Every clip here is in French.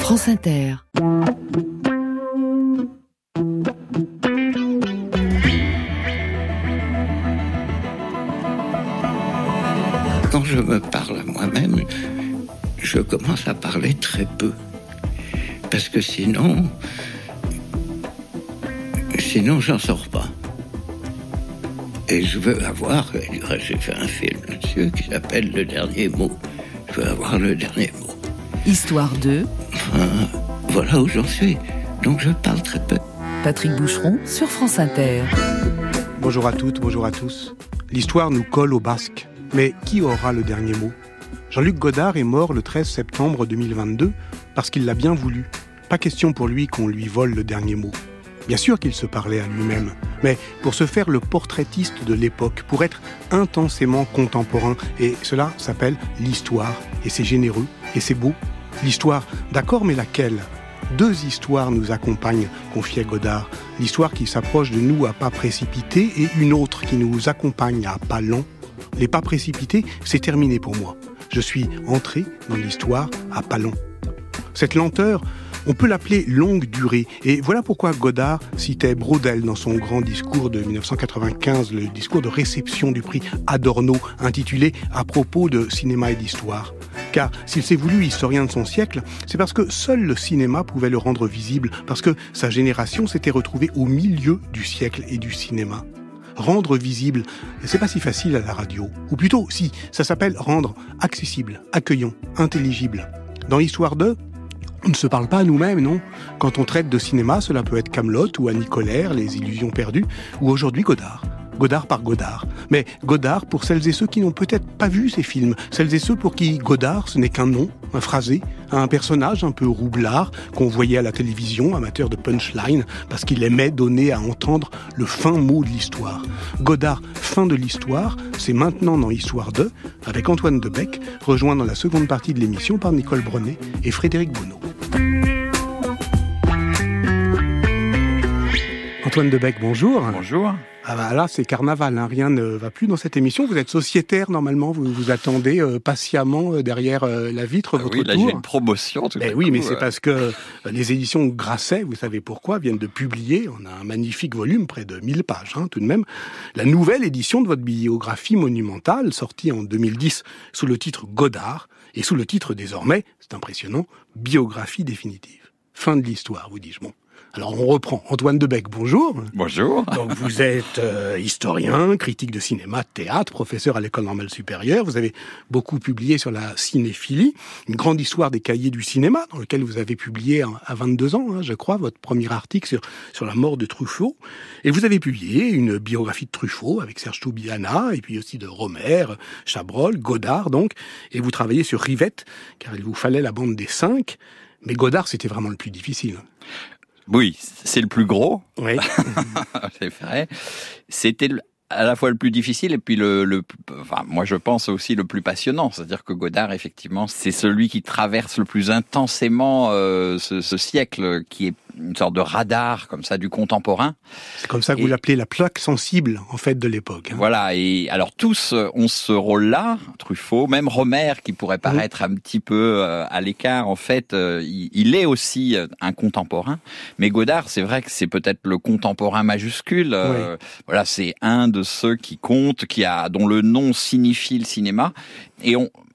France Inter. Quand je me parle à moi-même, je commence à parler très peu. Parce que sinon j'en sors pas. Et je veux avoir, j'ai fait un film là-dessus qui s'appelle Le Dernier Mot. Je veux avoir le dernier mot. Histoire 2. Voilà où j'en suis. Donc je parle très peu. Patrick Boucheron sur France Inter. Bonjour à toutes, bonjour à tous. L'histoire nous colle au basque. Mais qui aura le dernier mot ? Jean-Luc Godard est mort le 13 septembre 2022 parce qu'il l'a bien voulu. Pas question pour lui qu'on lui vole le dernier mot. Bien sûr qu'il se parlait à lui-même, mais pour se faire le portraitiste de l'époque, pour être intensément contemporain. Et cela s'appelle l'histoire. Et c'est généreux, et c'est beau. L'histoire, d'accord, mais laquelle ? 2 histoires nous accompagnent, confiait Godard. L'histoire qui s'approche de nous à pas précipités et une autre qui nous accompagne à pas lents. Les pas précipités, c'est terminé pour moi. Je suis entré dans l'histoire à pas lents. Cette lenteur, on peut l'appeler longue durée. Et voilà pourquoi Godard citait Braudel dans son grand discours de 1995, le discours de réception du prix Adorno, intitulé « À propos de cinéma et d'histoire ». Car s'il s'est voulu historien de son siècle, c'est parce que seul le cinéma pouvait le rendre visible, parce que sa génération s'était retrouvée au milieu du siècle et du cinéma. Rendre visible, c'est pas si facile à la radio. Ou plutôt, si, ça s'appelle rendre accessible, accueillant, intelligible. Dans Histoire 2, on ne se parle pas à nous-mêmes, non ? Quand on traite de cinéma, cela peut être Kaamelott ou Annie Colère, Les Illusions perdues, ou aujourd'hui Godard. Godard par Godard. Mais Godard pour celles et ceux qui n'ont peut-être pas vu ces films, celles et ceux pour qui Godard, ce n'est qu'un nom, un phrasé, un personnage un peu roublard qu'on voyait à la télévision, amateur de punchline, parce qu'il aimait donner à entendre le fin mot de l'histoire. Godard, fin de l'histoire, c'est maintenant dans Histoire 2, avec Antoine Debec, rejoint dans la seconde partie de l'émission par Nicole Brenet et Frédéric Bonneau. Antoine Debec, bonjour. Bonjour. Ah bah là, c'est carnaval, hein. Rien ne va plus dans cette émission. Vous êtes sociétaire, normalement, vous vous attendez patiemment derrière la vitre votre oui, là, tour. J'ai une promotion tout à coup. Oui, mais c'est parce que les éditions Grasset, vous savez pourquoi, viennent de publier, on a un magnifique volume, près de 1000 pages, hein, tout de même, la nouvelle édition de votre biographie monumentale, sortie en 2010 sous le titre Godard, et sous le titre désormais, c'est impressionnant, Biographie définitive. Fin de l'histoire, vous dis-je. Bon. Alors on reprend. Antoine Debec, bonjour. Bonjour. Donc vous êtes historien, critique de cinéma, de théâtre, professeur à l'École normale supérieure. Vous avez beaucoup publié sur la cinéphilie, une grande histoire des cahiers du cinéma, dans lequel vous avez publié à 22 ans, hein, je crois, votre premier article sur la mort de Truffaut. Et vous avez publié une biographie de Truffaut avec Serge Toubiana, et puis aussi de Romer, Chabrol, Godard donc. Et vous travaillez sur Rivette, car il vous fallait la bande des 5. Mais Godard, c'était vraiment le plus difficile. Oui, c'est le plus gros. Oui. C'est vrai. C'était à la fois le plus difficile et puis enfin, moi je pense aussi le plus passionnant. C'est-à-dire que Godard, effectivement, c'est celui qui traverse le plus intensément ce siècle, qui est une sorte de radar comme ça du contemporain. C'est comme ça que vous l'appelez, la plaque sensible en fait de l'époque. Hein. Voilà, et alors tous ont ce rôle-là, Truffaut, même Romer qui pourrait paraître un petit peu à l'écart, en fait, il est aussi un contemporain. Mais Godard, c'est vrai que c'est peut-être le contemporain majuscule. Voilà, c'est un de ceux qui compte, dont le nom signifie le cinéma. Et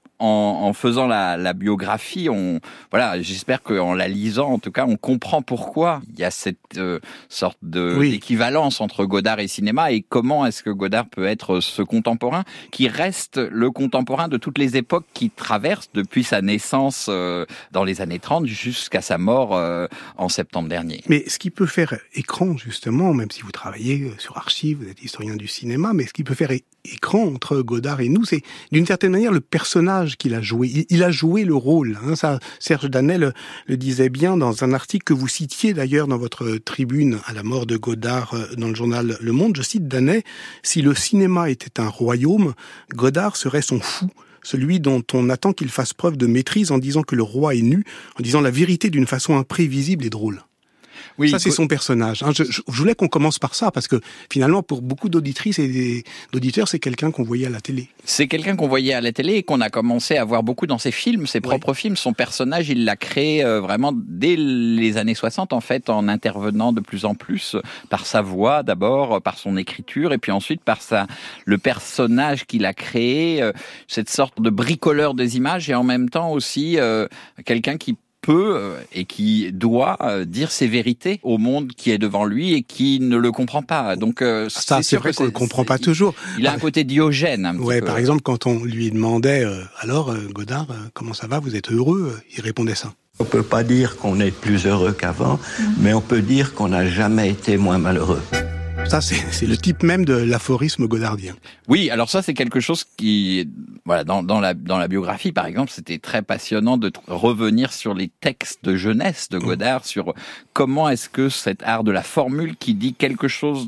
en faisant la biographie, j'espère qu'en la lisant, en tout cas, on comprend pourquoi il y a cette sorte d'équivalence entre Godard et cinéma, et comment est-ce que Godard peut être ce contemporain qui reste le contemporain de toutes les époques qu'il traverse depuis sa naissance dans les années 30 jusqu'à sa mort en septembre dernier. Mais ce qui peut faire écran, justement, même si vous travaillez sur Archives, vous êtes historien du cinéma, mais ce qui peut faire écran entre Godard et nous, c'est d'une certaine manière le personnage qu'il a joué. Il a joué le rôle. Hein. Ça, Serge Danet le disait bien dans un article que vous citiez d'ailleurs dans votre tribune à la mort de Godard dans le journal Le Monde. Je cite Danet, « Si le cinéma était un royaume, Godard serait son fou. Celui dont on attend qu'il fasse preuve de maîtrise en disant que le roi est nu, en disant la vérité d'une façon imprévisible et drôle. » Oui, ça, c'est son personnage. Je voulais qu'on commence par ça, parce que finalement, pour beaucoup d'auditrices et d'auditeurs, c'est quelqu'un qu'on voyait à la télé. C'est quelqu'un qu'on voyait à la télé et qu'on a commencé à voir beaucoup dans ses films, ses propres films. Son personnage, il l'a créé vraiment dès les années 60, en fait, en intervenant de plus en plus par sa voix d'abord, par son écriture, et puis ensuite par le personnage qu'il a créé, cette sorte de bricoleur des images, et en même temps aussi quelqu'un qui peut et qui doit dire ses vérités au monde qui est devant lui et qui ne le comprend pas. Donc ça, c'est vrai qu'on le comprend pas toujours. Il a un côté Diogène. Un petit peu. Par exemple, quand on lui demandait alors Godard, comment ça va, vous êtes heureux, il répondait ça. On peut pas dire qu'on est plus heureux qu'avant, mais on peut dire qu'on n'a jamais été moins malheureux. Ça, c'est le type même de l'aphorisme godardien. Oui, alors ça, c'est quelque chose qui, voilà, dans la biographie, par exemple, c'était très passionnant de revenir sur les textes de jeunesse de Godard, sur comment est-ce que cet art de la formule qui dit quelque chose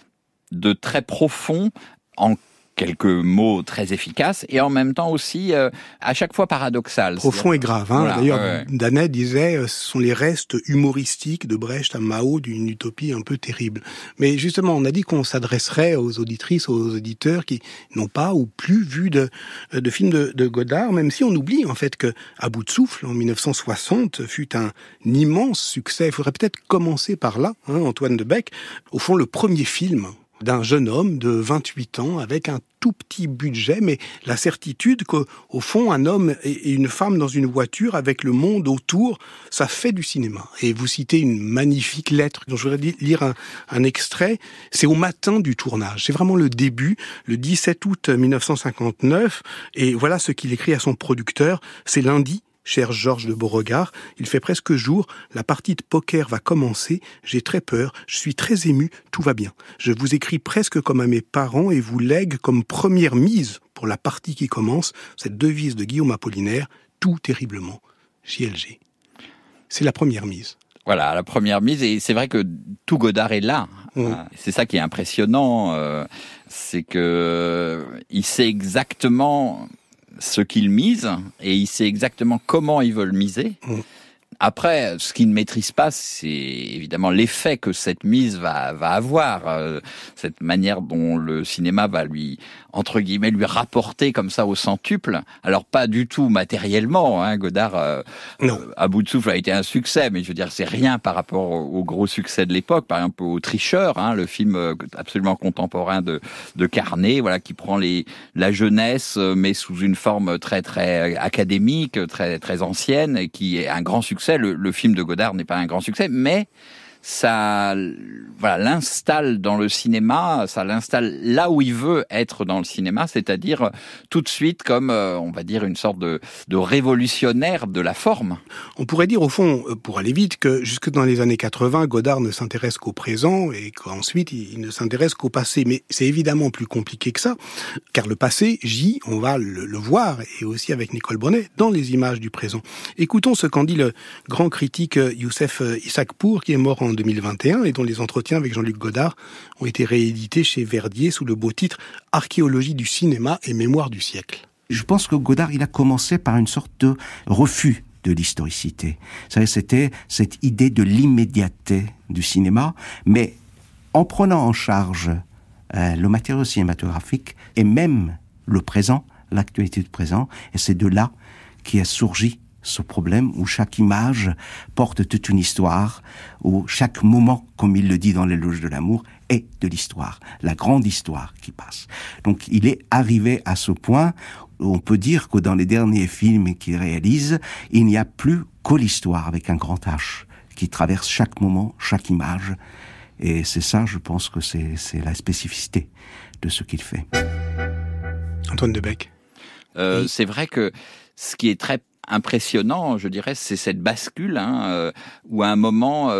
de très profond en quelques mots très efficaces et en même temps aussi à chaque fois paradoxal. Profond et grave. Hein. Voilà, d'ailleurs, Danet disait ce sont les restes humoristiques de Brecht à Mao d'une utopie un peu terrible. Mais justement, on a dit qu'on s'adresserait aux auditrices, aux auditeurs qui n'ont pas ou plus vu de films de Godard, même si on oublie en fait que À bout de souffle, en 1960, fut un immense succès. Il faudrait peut-être commencer par là, Antoine Debec. Au fond, le premier film d'un jeune homme de 28 ans avec un tout petit budget, mais la certitude qu'au fond, un homme et une femme dans une voiture avec le monde autour, ça fait du cinéma. Et vous citez une magnifique lettre dont je voudrais lire un extrait. C'est au matin du tournage. C'est vraiment le début, le 17 août 1959. Et voilà ce qu'il écrit à son producteur. C'est lundi. Cher Georges de Beauregard, il fait presque jour, la partie de poker va commencer, j'ai très peur, je suis très ému, tout va bien. Je vous écris presque comme à mes parents et vous lègue comme première mise pour la partie qui commence, cette devise de Guillaume Apollinaire, tout terriblement, JLG. C'est la première mise. Voilà, la première mise, et c'est vrai que tout Godard est là. C'est ça qui est impressionnant, c'est que il sait exactement ce qu'il mise, et il sait exactement comment il veut le miser. Après, ce qu'il ne maîtrise pas, c'est évidemment l'effet que cette mise va avoir, cette manière dont le cinéma va lui, entre guillemets, lui rapporter comme ça au centuple. Alors pas du tout matériellement, Godard, À bout de souffle a été un succès, mais je veux dire, c'est rien par rapport au gros succès de l'époque, par exemple au Tricheur, le film absolument contemporain de Carnet, voilà, qui prend la jeunesse, mais sous une forme très très académique, très très ancienne, et qui est un grand succès. Le film de Godard n'est pas un grand succès, mais ça, voilà, l'installe dans le cinéma, ça l'installe là où il veut être dans le cinéma, c'est-à-dire tout de suite comme, on va dire, une sorte de révolutionnaire de la forme. On pourrait dire, au fond, pour aller vite, que jusque dans les années 80, Godard ne s'intéresse qu'au présent et qu'ensuite il ne s'intéresse qu'au passé. Mais c'est évidemment plus compliqué que ça, car le passé, on va le voir, et aussi avec Nicole Brunet, dans les images du présent. Écoutons ce qu'en dit le grand critique Youssef Issakpour, qui est mort en 2021 et dont les entretiens avec Jean-Luc Godard ont été réédités chez Verdier sous le beau titre « Archéologie du cinéma et mémoire du siècle ». Je pense que Godard, il a commencé par une sorte de refus de l'historicité. C'était cette idée de l'immédiateté du cinéma, mais en prenant en charge le matériau cinématographique et même le présent, l'actualité du présent, et c'est de là qu'est surgi ce problème où chaque image porte toute une histoire, où chaque moment, comme il le dit dans l'éloge de l'amour, est de l'histoire, la grande histoire qui passe. Donc il est arrivé à ce point où on peut dire que dans les derniers films qu'il réalise, il n'y a plus que l'histoire avec un grand H qui traverse chaque moment, chaque image. Et c'est ça, je pense que c'est la spécificité de ce qu'il fait. Antoine Debec. C'est vrai que ce qui est très impressionnant, je dirais, c'est cette bascule où à un moment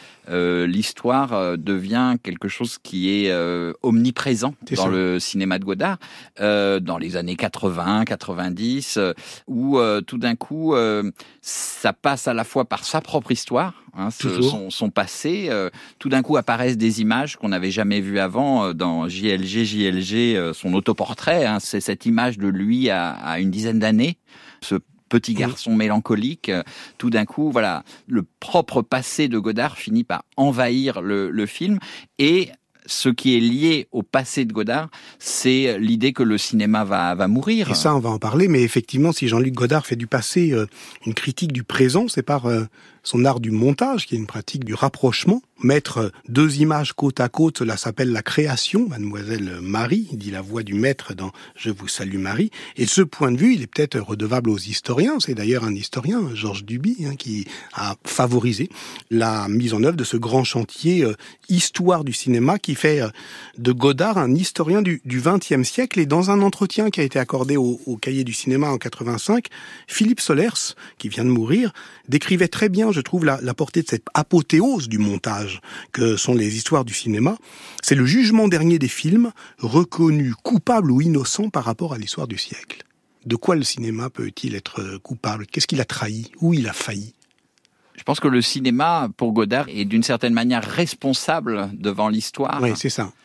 l'histoire devient quelque chose qui est omniprésent dans le cinéma de Godard, dans les années 80, 90, où tout d'un coup ça passe à la fois par sa propre histoire, son passé. Tout d'un coup apparaissent des images qu'on n'avait jamais vues avant dans JLG, son autoportrait. C'est cette image de lui à une dizaine d'années. Ce petit garçon mélancolique. Tout d'un coup, voilà, le propre passé de Godard finit par envahir le film. Et ce qui est lié au passé de Godard, c'est l'idée que le cinéma va mourir. Et ça, on va en parler, mais effectivement, si Jean-Luc Godard fait du passé une critique du présent, c'est par son art du montage, qui est une pratique du rapprochement. Mettre deux images côte à côte, cela s'appelle la création. Mademoiselle Marie, dit la voix du maître dans « Je vous salue Marie ». Et de ce point de vue, il est peut-être redevable aux historiens. C'est d'ailleurs un historien, Georges Duby, qui a favorisé la mise en œuvre de ce grand chantier Histoire du cinéma, qui fait de Godard un historien du XXe siècle. Et dans un entretien qui a été accordé au Cahier du cinéma en 85, Philippe Solers, qui vient de mourir, décrivait très bien, je trouve, la portée de cette apothéose du montage que sont les histoires du cinéma. C'est le jugement dernier des films, reconnu coupable ou innocent par rapport à l'histoire du siècle. De quoi le cinéma peut-il être coupable? Qu'est-ce qu'il a trahi? Où il a failli? Je pense que le cinéma, pour Godard, est d'une certaine manière responsable devant l'histoire. Oui, c'est ça.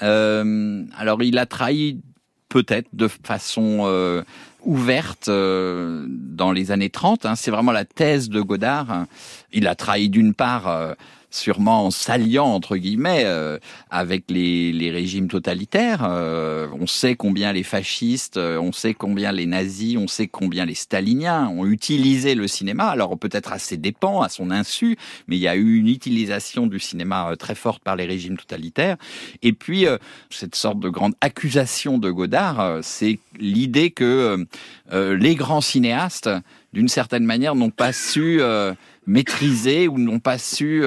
Alors, il a trahi peut-être de façon ouverte dans les années 30. C'est vraiment la thèse de Godard. Il a trahi d'une part sûrement en s'alliant, entre guillemets, avec les régimes totalitaires. On sait combien les fascistes, on sait combien les nazis, on sait combien les staliniens ont utilisé le cinéma, alors peut-être à ses dépens, à son insu, mais il y a eu une utilisation du cinéma très forte par les régimes totalitaires. Et puis, cette sorte de grande accusation de Godard, c'est l'idée que les grands cinéastes, d'une certaine manière, n'ont pas su maîtriser ou n'ont pas su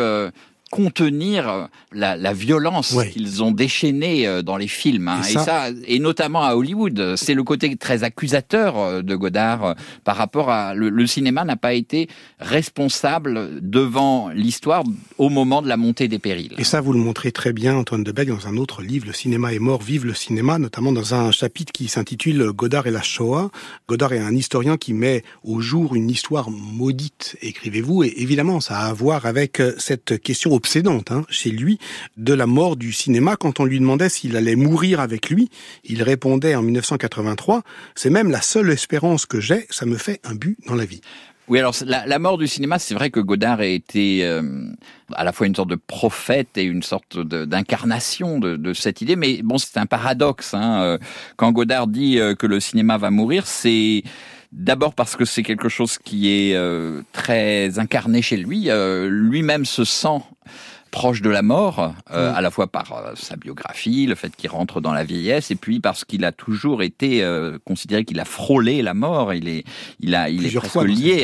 contenir la violence qu'ils ont déchaînée dans les films. Et notamment à Hollywood. C'est le côté très accusateur de Godard par rapport à... Le cinéma n'a pas été responsable devant l'histoire au moment de la montée des périls. Et ça, vous le montrez très bien, Antoine Debec, dans un autre livre, Le cinéma est mort, vive le cinéma, notamment dans un chapitre qui s'intitule Godard et la Shoah. Godard est un historien qui met au jour une histoire maudite, écrivez-vous, et évidemment, ça a à voir avec cette question obsédante chez lui de la mort du cinéma. Quand on lui demandait s'il allait mourir avec lui, il répondait en 1983 « C'est même la seule espérance que j'ai, ça me fait un but dans la vie ». Oui, alors la mort du cinéma, c'est vrai que Godard a été à la fois une sorte de prophète et une sorte d'incarnation de cette idée, mais bon, c'est un paradoxe. Quand Godard dit que le cinéma va mourir, c'est... D'abord parce que c'est quelque chose qui est très incarné chez lui. Lui-même se sent proche de la mort, à la fois par sa biographie, le fait qu'il rentre dans la vieillesse, et puis parce qu'il a toujours été considéré qu'il a frôlé la mort. Il est presque lié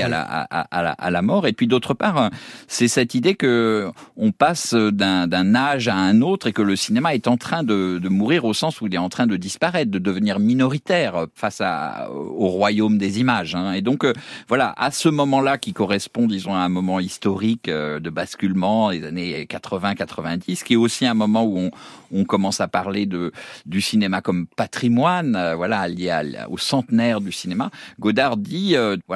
à la mort. Et puis d'autre part, c'est cette idée que on passe d'un âge à un autre et que le cinéma est en train de mourir au sens où il est en train de disparaître, de devenir minoritaire face au royaume des images. Et donc voilà, à ce moment-là qui correspond, disons, à un moment historique de basculement des années 80-90, qui est aussi un moment où on commence à parler du cinéma comme patrimoine, lié au centenaire du cinéma. Godard dit,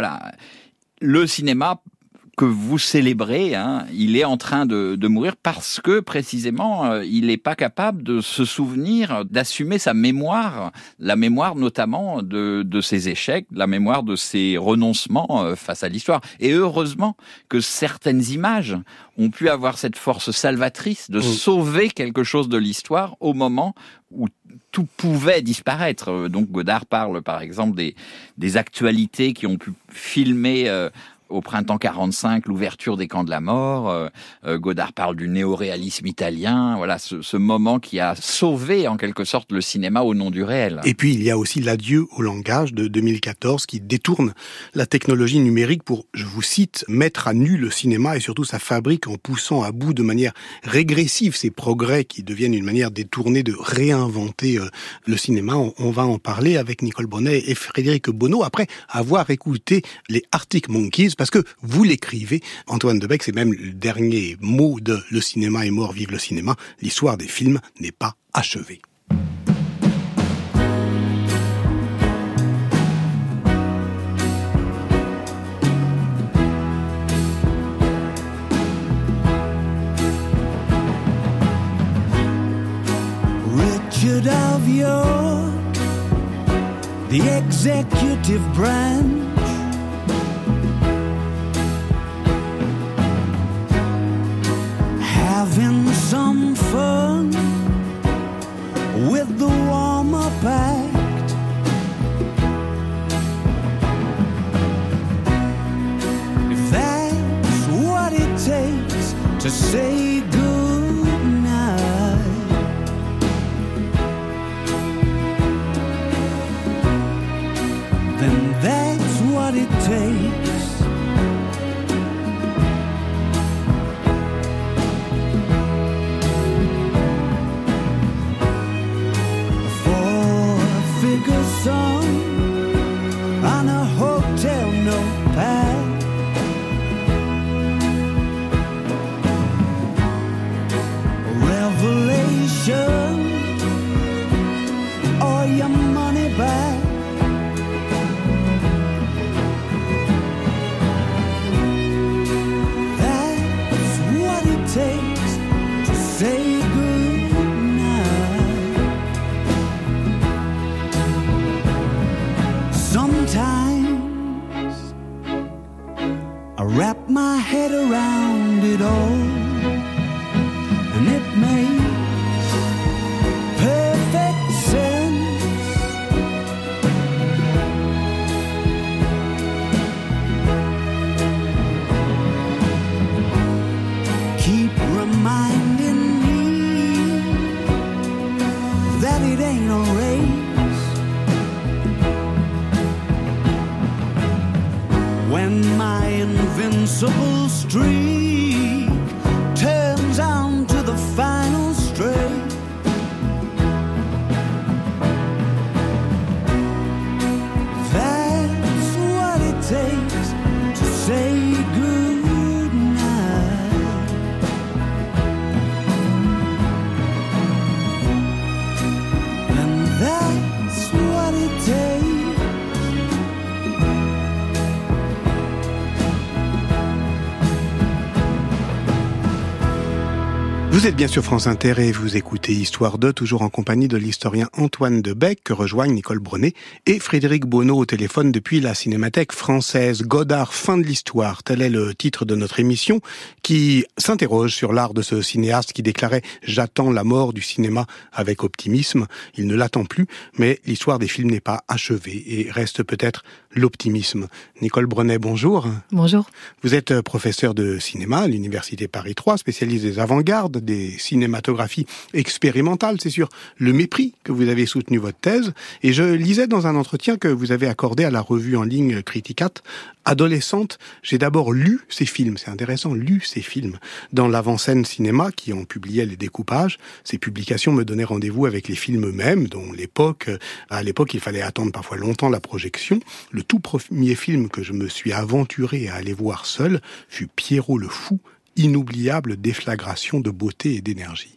le cinéma que vous célébrez, il est en train de mourir parce que, précisément, il n'est pas capable de se souvenir, d'assumer sa mémoire, la mémoire notamment de ses échecs, la mémoire de ses renoncements face à l'histoire. Et heureusement que certaines images ont pu avoir cette force salvatrice de sauver quelque chose de l'histoire au moment où tout pouvait disparaître. Donc Godard parle, par exemple, des actualités qui ont pu filmer au printemps 45, l'ouverture des camps de la mort. Godard parle du néoréalisme italien. Voilà, ce moment qui a sauvé en quelque sorte le cinéma au nom du réel. Et puis il y a aussi l'adieu au langage de 2014 qui détourne la technologie numérique pour, je vous cite, mettre à nu le cinéma et surtout sa fabrique en poussant à bout de manière régressive ces progrès qui deviennent une manière détournée de réinventer le cinéma. On va en parler avec Nicole Bonnet et Frédéric Bonneau après avoir écouté les Arctic Monkeys. Parce que vous l'écrivez, Antoine Debec, c'est même le dernier mot de « Le cinéma est mort, vive le cinéma ». L'histoire des films n'est pas achevée. Richard of York, the executive branch takes to say goodnight. Then that's what it takes. Four-figure song on a hotel notepad. Revelation or your money back. That's what it takes to say goodnight. Sometimes I wrap my head around it all, and it makes perfect sense. Keep reminding me that it ain't a race. When my invincible streak turns on to the final straight. That's what it takes to say goodnight. And that's what it takes. Vous êtes bien sur France Inter et vous écoutez Histoire 2, toujours en compagnie de l'historien Antoine Debec, que rejoignent Nicole Brenet et Frédéric Bonneau au téléphone depuis la Cinémathèque française. Godard, fin de l'histoire, tel est le titre de notre émission, qui s'interroge sur l'art de ce cinéaste qui déclarait « J'attends la mort du cinéma avec optimisme ». Il ne l'attend plus, mais l'histoire des films n'est pas achevée et reste peut-être l'optimisme. Nicole Brenet, bonjour. Bonjour. Vous êtes professeur de cinéma à l'Université Paris 3, spécialiste des avant-gardes, des cinématographies expérimentales, c'est sur le mépris que vous avez soutenu votre thèse. Et je lisais dans un entretien que vous avez accordé à la revue en ligne Criticat, adolescente, j'ai d'abord lu ces films, c'est intéressant, lu ces films dans l'avant-scène cinéma qui en publiait les découpages. Ces publications me donnaient rendez-vous avec les films eux-mêmes, dont à l'époque il fallait attendre parfois longtemps la projection. Le tout premier film que je me suis aventuré à aller voir seul fut Pierrot le Fou, inoubliable déflagration de beauté et d'énergie.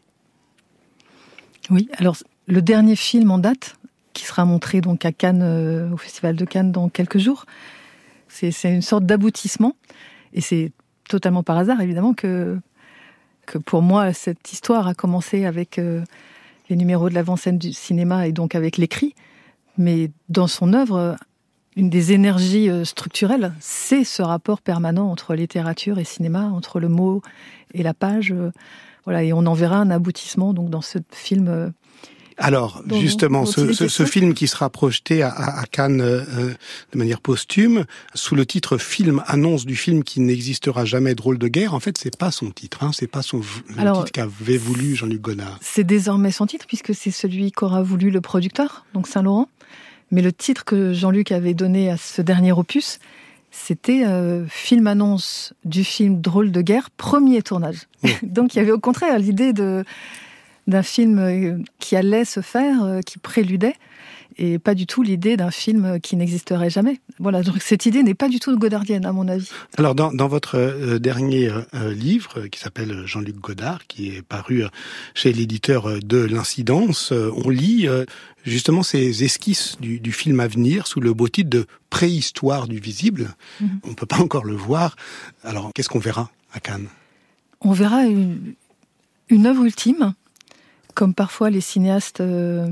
Oui, alors le dernier film en date, qui sera montré donc à Cannes, au Festival de Cannes dans quelques jours, c'est une sorte d'aboutissement, et c'est totalement par hasard évidemment que pour moi cette histoire a commencé avec les numéros de l'avant-scène du cinéma et donc avec l'écrit, mais dans son œuvre, une des énergies structurelles, c'est ce rapport permanent entre littérature et cinéma, entre le mot et la page. Voilà, et on en verra un aboutissement donc dans ce film. Alors, justement, ce film qui sera projeté à Cannes de manière posthume, sous le titre « Film, annonce du film qui n'existera jamais, drôle de guerre », en fait, c'est pas son titre, c'est pas le titre qu'avait voulu Jean-Luc Godard. C'est désormais son titre, puisque c'est celui qu'aura voulu le producteur, donc Saint-Laurent. Mais le titre que Jean-Luc avait donné à ce dernier opus, c'était film annonce du film Drôle de guerre, premier tournage. Oui. Donc il y avait au contraire l'idée d'un film qui allait se faire, qui préludait, et pas du tout l'idée d'un film qui n'existerait jamais. Voilà, donc cette idée n'est pas du tout godardienne, à mon avis. Alors, dans votre dernier livre, qui s'appelle Jean-Luc Godard, qui est paru chez l'éditeur de l'Incidence, on lit justement ces esquisses du film à venir sous le beau titre de Préhistoire du visible. Mm-hmm. On ne peut pas encore le voir. Alors, qu'est-ce qu'on verra à Cannes ? On verra une œuvre ultime, comme parfois les cinéastes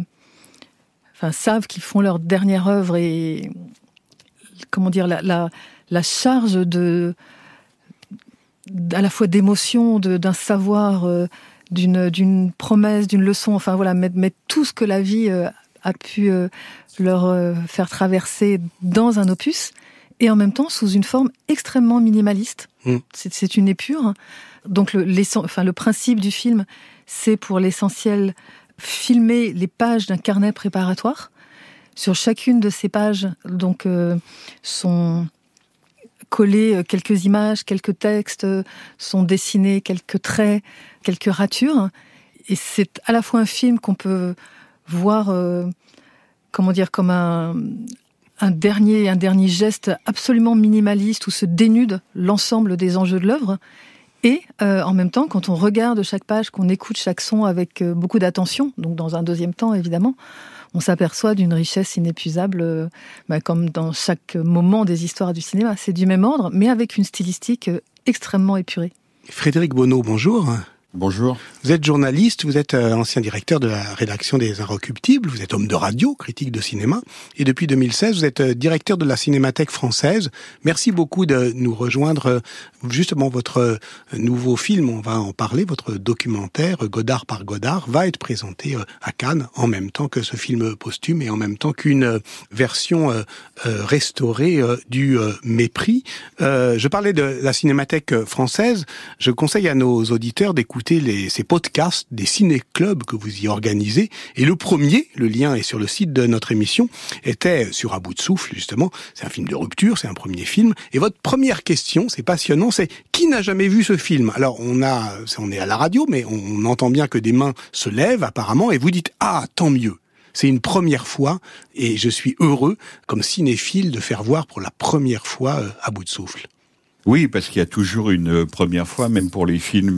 savent qu'ils font leur dernière œuvre et comment dire la charge à la fois d'émotion, d'un savoir, d'une promesse, d'une leçon, enfin voilà, mettre tout ce que la vie a pu leur faire traverser dans un opus. et en même temps sous une forme extrêmement minimaliste. C'est une épure. Donc le principe du film, c'est pour l'essentiel filmer les pages d'un carnet préparatoire. Sur chacune de ces pages, donc, sont collés quelques images, quelques textes, sont dessinés quelques traits, quelques ratures. Et c'est à la fois un film qu'on peut voir, comme un dernier geste absolument minimaliste où se dénude l'ensemble des enjeux de l'œuvre. Et en même temps, quand on regarde chaque page, qu'on écoute chaque son avec beaucoup d'attention, donc dans un deuxième temps évidemment, on s'aperçoit d'une richesse inépuisable, comme dans chaque moment des histoires du cinéma. C'est du même ordre, mais avec une stylistique extrêmement épurée. Frédéric Bonneau, bonjour. Bonjour. Vous êtes journaliste, vous êtes ancien directeur de la rédaction des Inrecuptibles, vous êtes homme de radio, critique de cinéma, et depuis 2016, vous êtes directeur de la Cinémathèque française. Merci beaucoup de nous rejoindre. Justement, votre nouveau film, on va en parler, votre documentaire, Godard par Godard, va être présenté à Cannes, en même temps que ce film posthume et en même temps qu'une version restaurée du Mépris. Je parlais de la Cinémathèque française, je conseille à nos auditeurs d'écouter ces podcasts des ciné-clubs que vous y organisez. Et le premier, le lien est sur le site de notre émission, était sur À bout de souffle, justement. C'est un film de rupture, c'est un premier film. Et votre première question, c'est passionnant, c'est qui n'a jamais vu ce film? Alors, on est à la radio, mais on entend bien que des mains se lèvent, apparemment, et vous dites, ah, tant mieux. C'est une première fois, et je suis heureux, comme cinéphile, de faire voir pour la première fois À bout de souffle. Oui, parce qu'il y a toujours une première fois, même pour les films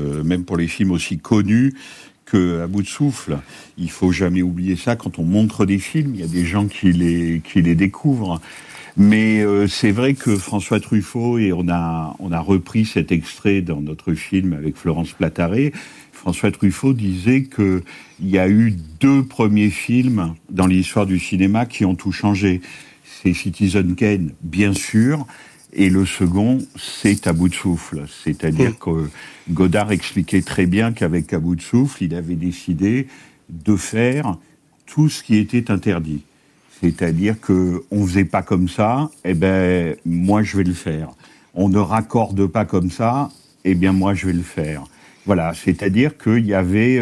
aussi connus que À bout de souffle. Il faut jamais oublier ça. Quand on montre des films, il y a des gens qui les découvrent. Mais c'est vrai que François Truffaut, et on a repris cet extrait dans notre film avec Florence Plataré. François Truffaut disait que il y a eu 2 premiers films dans l'histoire du cinéma qui ont tout changé. C'est Citizen Kane, bien sûr. Et le second, c'est À bout de souffle. C'est-à-dire que Godard expliquait très bien qu'avec À bout de souffle, il avait décidé de faire tout ce qui était interdit. C'est-à-dire que on faisait pas comme ça, moi je vais le faire. On ne raccorde pas comme ça, moi je vais le faire. Voilà, c'est-à-dire qu'il y avait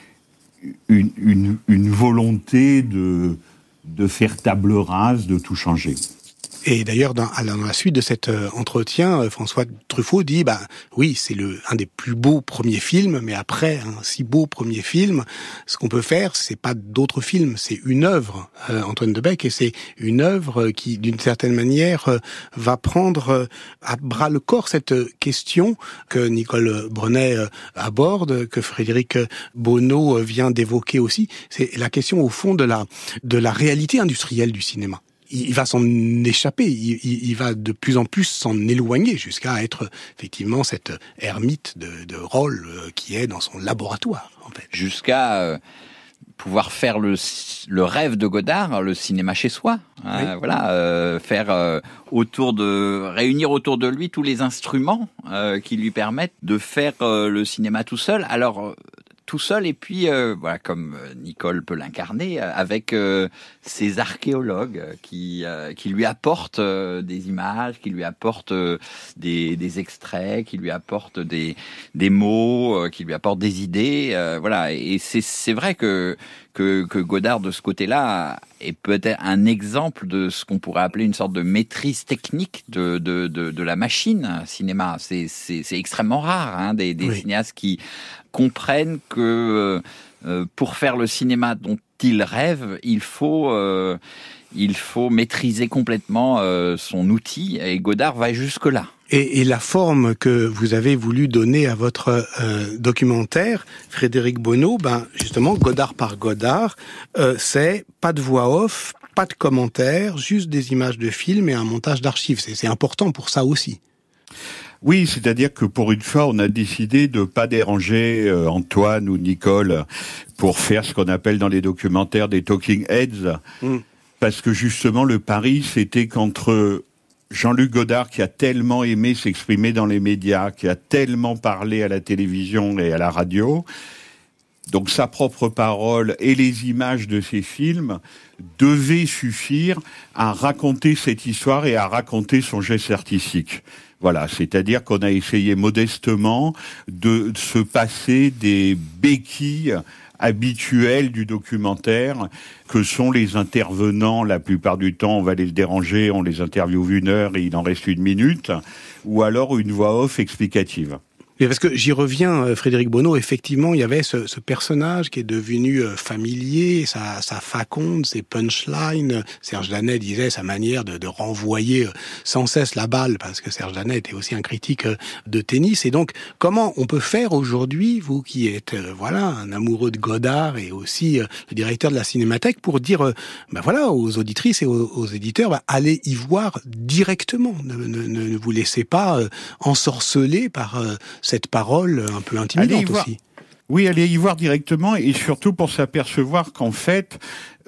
une volonté de faire table rase, de tout changer. Et d'ailleurs, dans la suite de cet entretien, François Truffaut dit, oui, c'est un des plus beaux premiers films, mais après un si beau premier film, ce qu'on peut faire, c'est pas d'autres films, c'est une œuvre, Antoine Debec, et c'est une œuvre qui, d'une certaine manière, va prendre à bras le corps cette question que Nicole Brenet aborde, que Frédéric Bonneau vient d'évoquer aussi. C'est la question, au fond, de la réalité industrielle du cinéma. Il va s'en échapper, il va de plus en plus s'en éloigner jusqu'à être effectivement cette ermite de rôle qui est dans son laboratoire, en fait. Jusqu'à pouvoir faire le rêve de Godard, le cinéma chez soi. Oui. Faire réunir autour de lui tous les instruments qui lui permettent de faire le cinéma tout seul. Alors tout seul, et puis comme Nicole peut l'incarner, avec ces archéologues qui lui apportent des images, qui lui apportent des extraits, qui lui apportent des mots, qui lui apportent des idées, Et c'est vrai que Godard, de ce côté-là, est peut-être un exemple de ce qu'on pourrait appeler une sorte de maîtrise technique de la machine cinéma. C'est extrêmement rare, des cinéastes qui comprennent que pour faire le cinéma dont ils rêvent, il faut maîtriser complètement son outil, et Godard va jusque-là. Et la forme que vous avez voulu donner à votre documentaire, Frédéric Bonneau, justement, Godard par Godard, c'est pas de voix off, pas de commentaires, juste des images de films et un montage d'archives. C'est important pour ça aussi. Oui, c'est-à-dire que pour une fois, on a décidé de pas déranger Antoine ou Nicole pour faire ce qu'on appelle dans les documentaires des talking heads, parce que justement le pari, c'était qu'entre Jean-Luc Godard, qui a tellement aimé s'exprimer dans les médias, qui a tellement parlé à la télévision et à la radio, Donc sa propre parole et les images de ses films devaient suffire à raconter cette histoire et à raconter son geste artistique. Voilà, c'est-à-dire qu'on a essayé modestement de se passer des béquilles habituelles du documentaire, que sont les intervenants. La plupart du temps, on va les déranger, on les interviewe 1 heure et il en reste 1 minute, ou alors une voix off explicative. Mais parce que j'y reviens, Frédéric Bonneau, effectivement, il y avait ce personnage qui est devenu familier, sa faconde, ses punchlines. Serge Danet disait sa manière de renvoyer sans cesse la balle, parce que Serge Danet était aussi un critique de tennis. Et donc, comment on peut faire aujourd'hui, vous qui êtes un amoureux de Godard et aussi le directeur de la Cinémathèque, pour dire aux auditrices et aux éditeurs, allez y voir directement. Ne vous laissez pas ensorceler par cette parole un peu intimidante aussi. Oui, allez y voir directement, et surtout pour s'apercevoir qu'en fait,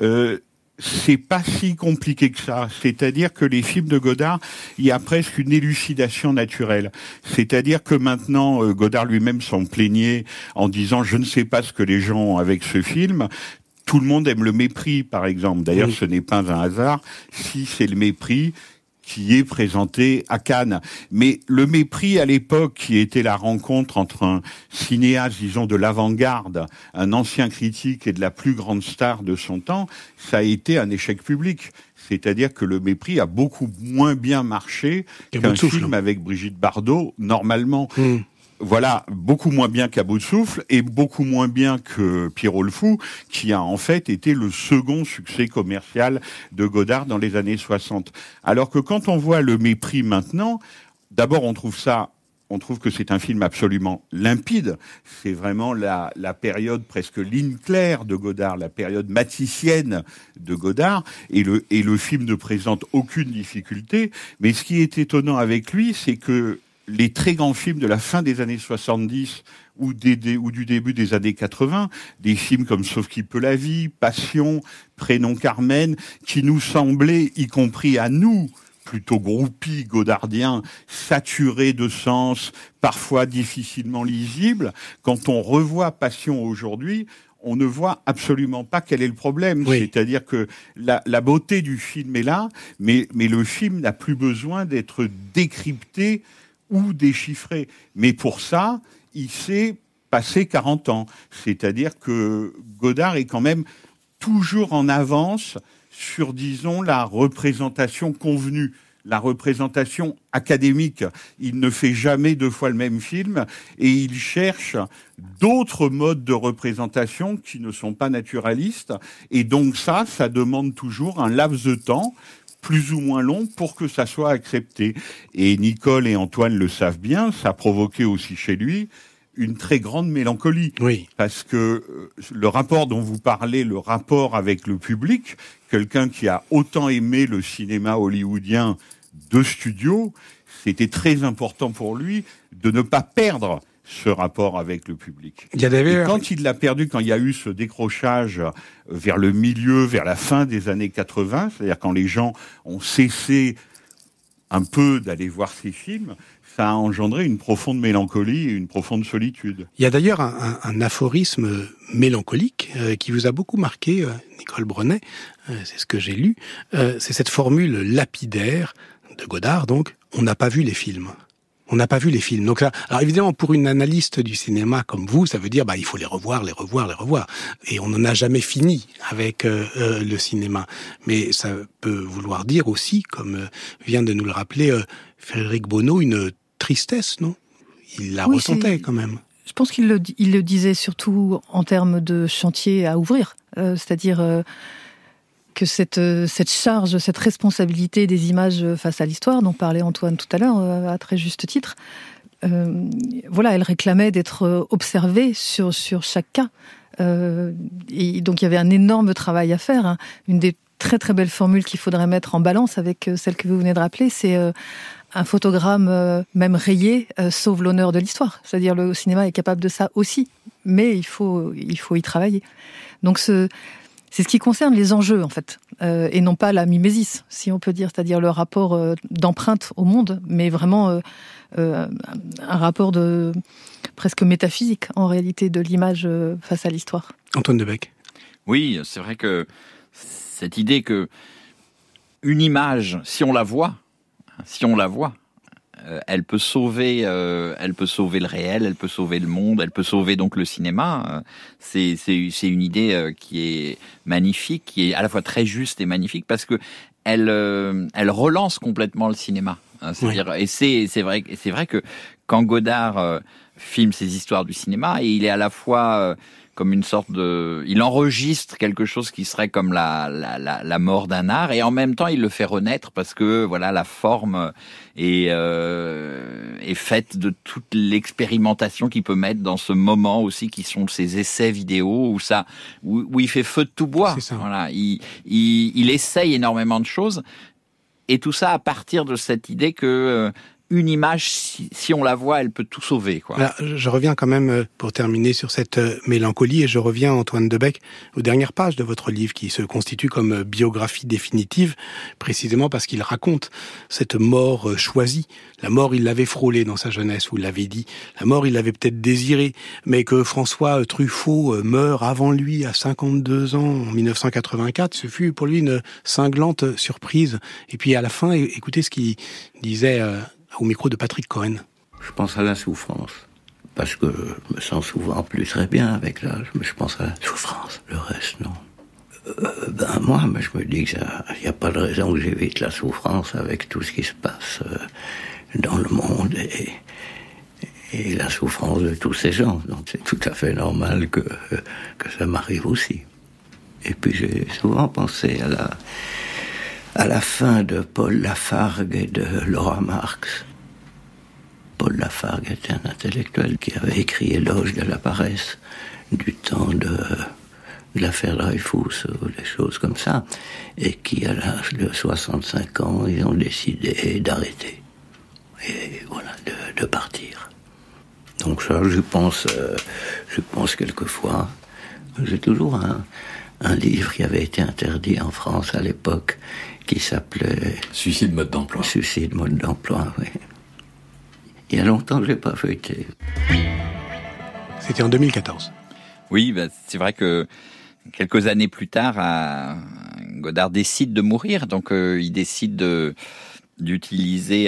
c'est pas si compliqué que ça. C'est-à-dire que les films de Godard, il y a presque une élucidation naturelle. C'est-à-dire que maintenant, Godard lui-même s'en plaignait en disant « je ne sais pas ce que les gens ont avec ce film ». Tout le monde aime le mépris, par exemple. D'ailleurs, ce n'est pas un hasard si c'est le mépris qui est présenté à Cannes. Mais le mépris à l'époque, qui était la rencontre entre un cinéaste, disons, de l'avant-garde, un ancien critique et de la plus grande star de son temps, ça a été un échec public. C'est-à-dire que le mépris a beaucoup moins bien marché qu'un film avec Brigitte Bardot, normalement. Voilà, beaucoup moins bien qu'à bout de souffle et beaucoup moins bien que Pierrot le Fou, qui a en fait été le second succès commercial de Godard dans les années 60. Alors que quand on voit Le Mépris maintenant, d'abord on trouve que c'est un film absolument limpide. C'est vraiment la période presque ligne claire de Godard, la période maticienne de Godard, et le film ne présente aucune difficulté. Mais ce qui est étonnant avec lui, c'est que les très grands films de la fin des années 70 ou du début des années 80, des films comme Sauf qui peut la vie, Passion, Prénom Carmen, qui nous semblaient, y compris à nous, plutôt groupies godardiens, saturés de sens, parfois difficilement lisibles, quand on revoit Passion aujourd'hui, on ne voit absolument pas quel est le problème. Oui. C'est-à-dire que la beauté du film est là, mais le film n'a plus besoin d'être décrypté ou déchiffré. Mais pour ça, il s'est passé 40 ans. C'est-à-dire que Godard est quand même toujours en avance sur, disons, la représentation convenue, la représentation académique. Il ne fait jamais 2 fois le même film et il cherche d'autres modes de représentation qui ne sont pas naturalistes. Et donc ça demande toujours un laps de temps plus ou moins long pour que ça soit accepté. Et Nicole et Antoine le savent bien, ça a provoqué aussi chez lui une très grande mélancolie. Oui. Parce que le rapport dont vous parlez, le rapport avec le public, quelqu'un qui a autant aimé le cinéma hollywoodien de studio, c'était très important pour lui de ne pas perdre ce rapport avec le public. Et quand il l'a perdu, quand il y a eu ce décrochage vers le milieu, vers la fin des années 80, c'est-à-dire quand les gens ont cessé un peu d'aller voir ces films, ça a engendré une profonde mélancolie et une profonde solitude. Il y a d'ailleurs un aphorisme mélancolique qui vous a beaucoup marqué, Nicole Brenet, c'est ce que j'ai lu, c'est cette formule lapidaire de Godard, donc, on n'a pas vu les films. On n'a pas vu les films. Donc là, alors évidemment, pour une analyste du cinéma comme vous, ça veut dire, il faut les revoir. Et on n'en a jamais fini avec le cinéma. Mais ça peut vouloir dire aussi, comme vient de nous le rappeler Frédéric Bonneau, une tristesse, non? Il la ressentait quand même. Je pense qu'il le disait surtout en termes de chantier à ouvrir. C'est-à-dire que cette charge, cette responsabilité des images face à l'histoire, dont parlait Antoine tout à l'heure, à très juste titre, elle réclamait d'être observée sur chaque cas. Et donc il y avait un énorme travail à faire. Hein. Une des très très belles formules qu'il faudrait mettre en balance avec celle que vous venez de rappeler, c'est un photogramme même rayé sauve l'honneur de l'histoire. C'est-à-dire le cinéma est capable de ça aussi, mais il faut y travailler. Donc c'est ce qui concerne les enjeux, en fait. et non pas la mimésis, si on peut dire, c'est-à-dire le rapport d'empreinte au monde, mais vraiment un rapport presque métaphysique, en réalité, de l'image face à l'histoire. Antoine Debec. Oui, c'est vrai que cette idée que une image, si on la voit, elle peut sauver le réel, elle peut sauver le monde, elle peut sauver donc le cinéma. C'est une idée qui est magnifique, qui est à la fois très juste et magnifique parce que elle relance complètement le cinéma. C'est-à-dire, et c'est vrai que quand Godard filme ses histoires du cinéma, et il est à la fois comme une sorte il enregistre quelque chose qui serait comme la mort d'un art, et en même temps il le fait renaître parce que voilà, la forme est faite de toute l'expérimentation qu'il peut mettre dans ce moment aussi, qui sont ces essais vidéo où il fait feu de tout bois. C'est ça. Voilà, il essaye énormément de choses, et tout ça à partir de cette idée que une image, si on la voit, elle peut tout sauver, quoi. Là, je reviens quand même, pour terminer sur cette mélancolie, et je reviens, Antoine Debec, aux dernières pages de votre livre, qui se constitue comme biographie définitive, précisément parce qu'il raconte cette mort choisie. La mort, il l'avait frôlée dans sa jeunesse, vous l'avez dit. La mort, il l'avait peut-être désirée, mais que François Truffaut meurt avant lui à 52 ans, en 1984, ce fut pour lui une cinglante surprise. Et puis à la fin, écoutez ce qu'il disait au micro de Patrick Cohen. Je pense à la souffrance, parce que je me sens souvent plus très bien avec l'âge, mais je pense à la souffrance. Le reste, non. Moi, je me dis qu'il n'y a pas de raison que j'évite la souffrance avec tout ce qui se passe dans le monde et la souffrance de tous ces gens. Donc c'est tout à fait normal que ça m'arrive aussi. Et puis j'ai souvent pensé à la fin de Paul Lafargue et de Laura Marx. Paul Lafargue était un intellectuel qui avait écrit Éloge de la paresse du temps de l'affaire Dreyfus ou des choses comme ça, et qui, à l'âge de 65 ans, ils ont décidé d'arrêter. Et voilà, de partir. Donc ça, je pense quelquefois. J'ai toujours un livre qui avait été interdit en France à l'époque, qui s'appelait Suicide mode d'emploi. Suicide mode d'emploi, oui. Il y a longtemps que je l'ai pas feuilleté. C'était en 2014. Oui, c'est vrai que quelques années plus tard, Godard décide de mourir, donc il décide d'utiliser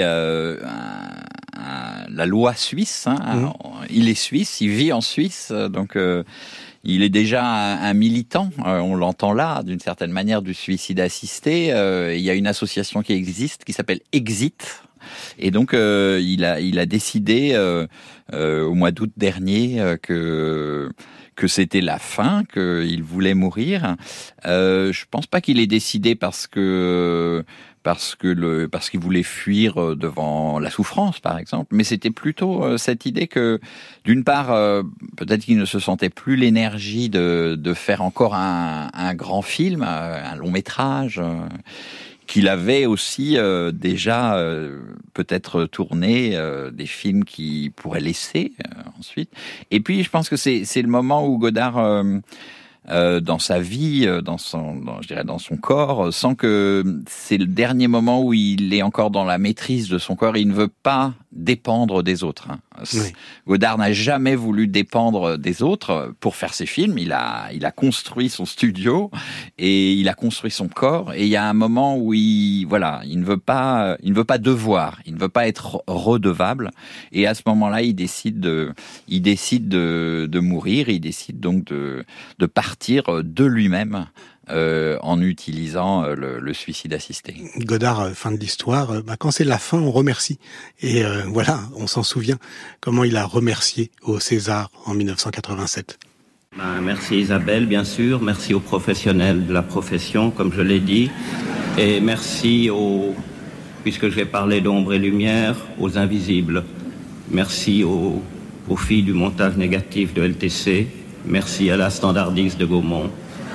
la loi suisse. Il est suisse, il vit en Suisse, donc il est déjà un militant, on l'entend là, d'une certaine manière, du suicide assisté. Il y a une association qui existe, qui s'appelle Exit. Et donc, il a décidé, au mois d'août dernier, que c'était la fin, qu'il voulait mourir. Je pense pas qu'il ait décidé parce qu'il voulait fuir devant la souffrance, par exemple, mais c'était plutôt cette idée que, d'une part, peut-être qu'il ne se sentait plus l'énergie de faire encore un grand film, un long métrage, qu'il avait aussi déjà peut-être tourné des films qui pourraient laisser ensuite. Et puis, je pense que c'est le moment où Godard, dans sa vie, dans son corps, sent que c'est le dernier moment où il est encore dans la maîtrise de son corps. Il ne veut pas dépendre des autres. Oui. Godard n'a jamais voulu dépendre des autres pour faire ses films. Il a construit son studio et il a construit son corps. Et il y a un moment où il ne veut pas devoir, il ne veut pas être redevable. Et à ce moment-là, il décide de mourir. Il décide donc de partir de lui-même. En utilisant le suicide assisté. Godard, fin de l'histoire, quand c'est la fin, on remercie. Et voilà, on s'en souvient comment il a remercié au César en 1987. Merci Isabelle, bien sûr. Merci aux professionnels de la profession, comme je l'ai dit. Et merci puisque je vais parler d'ombre et lumière, aux invisibles. Merci aux filles du montage négatif de LTC. Merci à la standardiste de Gaumont.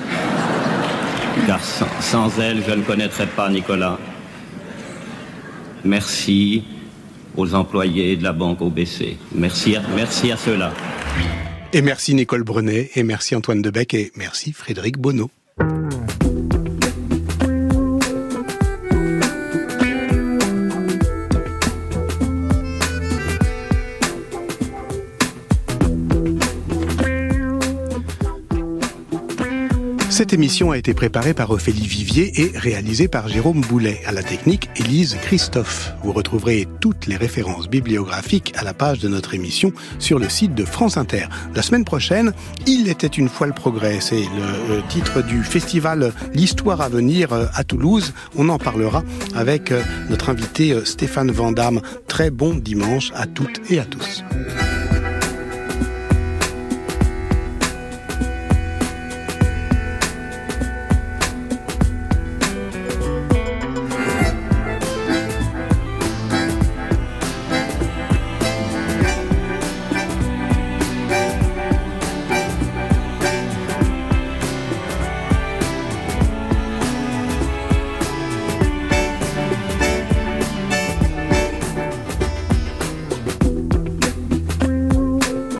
Car sans elle, je ne connaîtrais pas Nicolas. Merci aux employés de la banque OBC. Merci à ceux-là. Et merci Nicole Brenet, et merci Antoine Debec, et merci Frédéric Bonneau. Cette émission a été préparée par Ophélie Vivier et réalisée par Jérôme Boulet. À la technique, Élise Christophe. Vous retrouverez toutes les références bibliographiques à la page de notre émission sur le site de France Inter. La semaine prochaine, Il était une fois le progrès. C'est le titre du festival L'Histoire à venir à Toulouse. On en parlera avec notre invité Stéphane Vandamme. Très bon dimanche à toutes et à tous.